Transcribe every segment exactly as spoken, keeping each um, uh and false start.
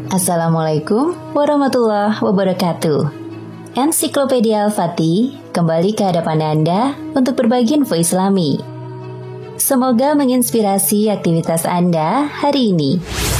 Assalamualaikum warahmatullahi wabarakatuh. Ensiklopedia Al-Fatih kembali ke hadapan Anda untuk berbagi info Islami. Semoga menginspirasi aktivitas Anda hari ini.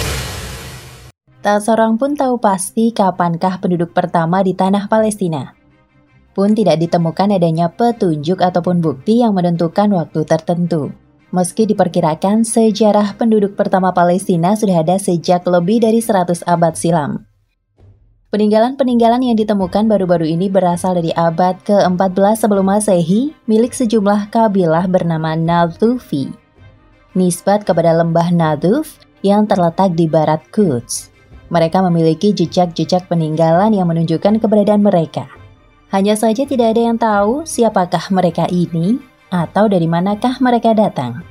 Tak seorang pun tahu pasti kapankah penduduk pertama di tanah Palestina. Pun tidak ditemukan adanya petunjuk ataupun bukti yang menentukan waktu tertentu. Meski diperkirakan sejarah penduduk pertama Palestina sudah ada sejak lebih dari seratus abad silam. Peninggalan-peninggalan yang ditemukan baru-baru ini berasal dari abad keempat belas sebelum Masehi milik sejumlah kabilah bernama Nathufi. Nisbat kepada lembah Nathuf yang terletak di barat Quds. Mereka memiliki jejak-jejak peninggalan yang menunjukkan keberadaan mereka. Hanya saja tidak ada yang tahu siapakah mereka ini atau dari manakah mereka datang.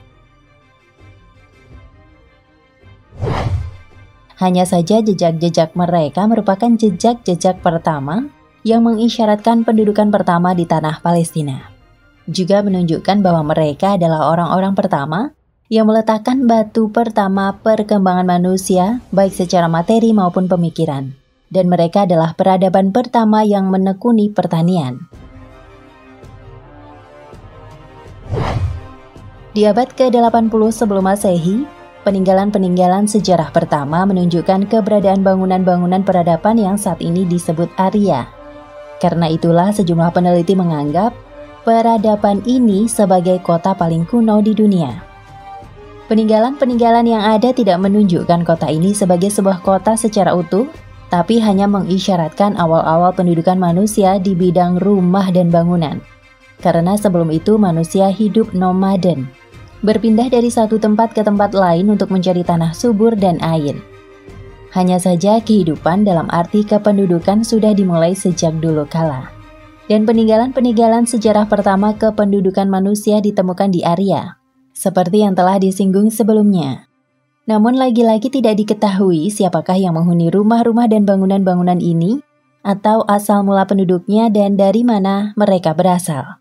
Hanya saja jejak-jejak mereka merupakan jejak-jejak pertama yang mengisyaratkan pendudukan pertama di tanah Palestina. Juga menunjukkan bahwa mereka adalah orang-orang pertama yang meletakkan batu pertama perkembangan manusia baik secara materi maupun pemikiran. Dan mereka adalah peradaban pertama yang menekuni pertanian. Di abad ke delapan puluh sebelum Masehi, peninggalan-peninggalan sejarah pertama menunjukkan keberadaan bangunan-bangunan peradaban yang saat ini disebut Arya. Karena itulah sejumlah peneliti menganggap peradaban ini sebagai kota paling kuno di dunia. Peninggalan-peninggalan yang ada tidak menunjukkan kota ini sebagai sebuah kota secara utuh, tapi hanya mengisyaratkan awal-awal pendudukan manusia di bidang rumah dan bangunan. Karena sebelum itu manusia hidup nomaden, berpindah dari satu tempat ke tempat lain untuk mencari tanah subur dan air. Hanya saja kehidupan dalam arti kependudukan sudah dimulai sejak dulu kala. Dan peninggalan-peninggalan sejarah pertama kependudukan manusia ditemukan di Arya, seperti yang telah disinggung sebelumnya. Namun lagi-lagi tidak diketahui siapakah yang menghuni rumah-rumah dan bangunan-bangunan ini, atau asal mula penduduknya dan dari mana mereka berasal.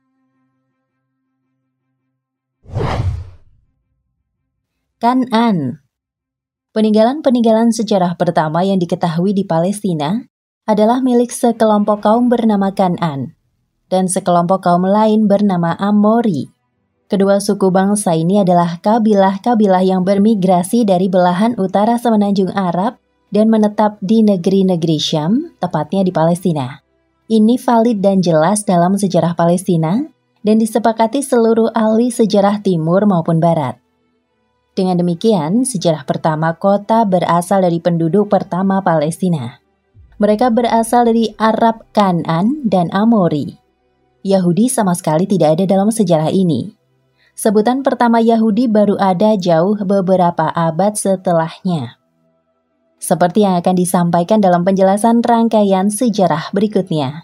Kan'an. Peninggalan-peninggalan sejarah pertama yang diketahui di Palestina adalah milik sekelompok kaum bernama Kan'an dan sekelompok kaum lain bernama Amori. Kedua suku bangsa ini adalah kabilah-kabilah yang bermigrasi dari belahan utara semenanjung Arab dan menetap di negeri-negeri Syam, tepatnya di Palestina. Ini valid dan jelas dalam sejarah Palestina dan disepakati seluruh ahli sejarah timur maupun barat. Dengan demikian, sejarah pertama kota berasal dari penduduk pertama Palestina. Mereka berasal dari Arab Kan'an dan Amori. Yahudi sama sekali tidak ada dalam sejarah ini. Sebutan pertama Yahudi baru ada jauh beberapa abad setelahnya. Seperti yang akan disampaikan dalam penjelasan rangkaian sejarah berikutnya.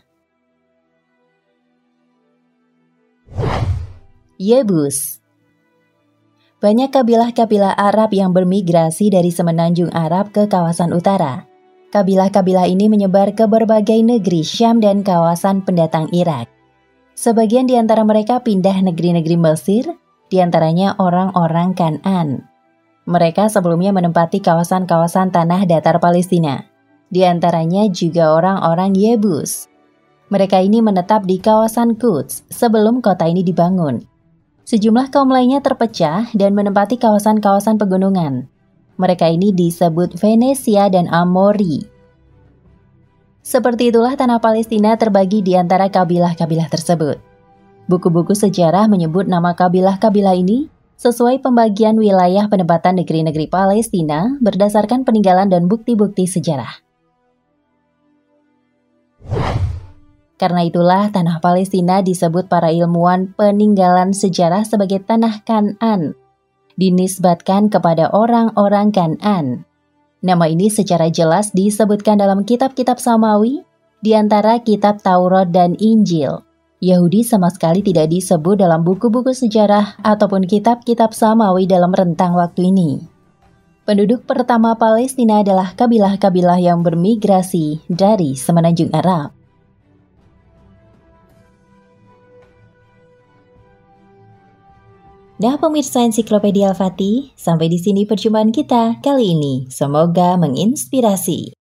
Yebus. Banyak kabilah-kabilah Arab yang bermigrasi dari semenanjung Arab ke kawasan utara. Kabilah-kabilah ini menyebar ke berbagai negeri Syam dan kawasan pendatang Irak. Sebagian di antara mereka pindah negeri-negeri Mesir, di antaranya orang-orang Kan'an. Mereka sebelumnya menempati kawasan-kawasan tanah datar Palestina. Di antaranya juga orang-orang Yebus. Mereka ini menetap di kawasan Quds sebelum kota ini dibangun. Sejumlah kaum lainnya terpecah dan menempati kawasan-kawasan pegunungan. Mereka ini disebut Venesia dan Amori. Seperti itulah tanah Palestina terbagi di antara kabilah-kabilah tersebut. Buku-buku sejarah menyebut nama kabilah-kabilah ini sesuai pembagian wilayah penempatan negeri-negeri Palestina berdasarkan peninggalan dan bukti-bukti sejarah. Karena itulah tanah Palestina disebut para ilmuwan peninggalan sejarah sebagai tanah Kan'an, dinisbatkan kepada orang-orang Kan'an. Nama ini secara jelas disebutkan dalam kitab-kitab Samawi, di antara kitab Taurat dan Injil. Yahudi sama sekali tidak disebut dalam buku-buku sejarah ataupun kitab-kitab Samawi dalam rentang waktu ini. Penduduk pertama Palestina adalah kabilah-kabilah yang bermigrasi dari semenanjung Arab. Nah pemirsa Ensiklopedia Al-Fatih, sampai di sini perjumpaan kita kali ini. Semoga menginspirasi.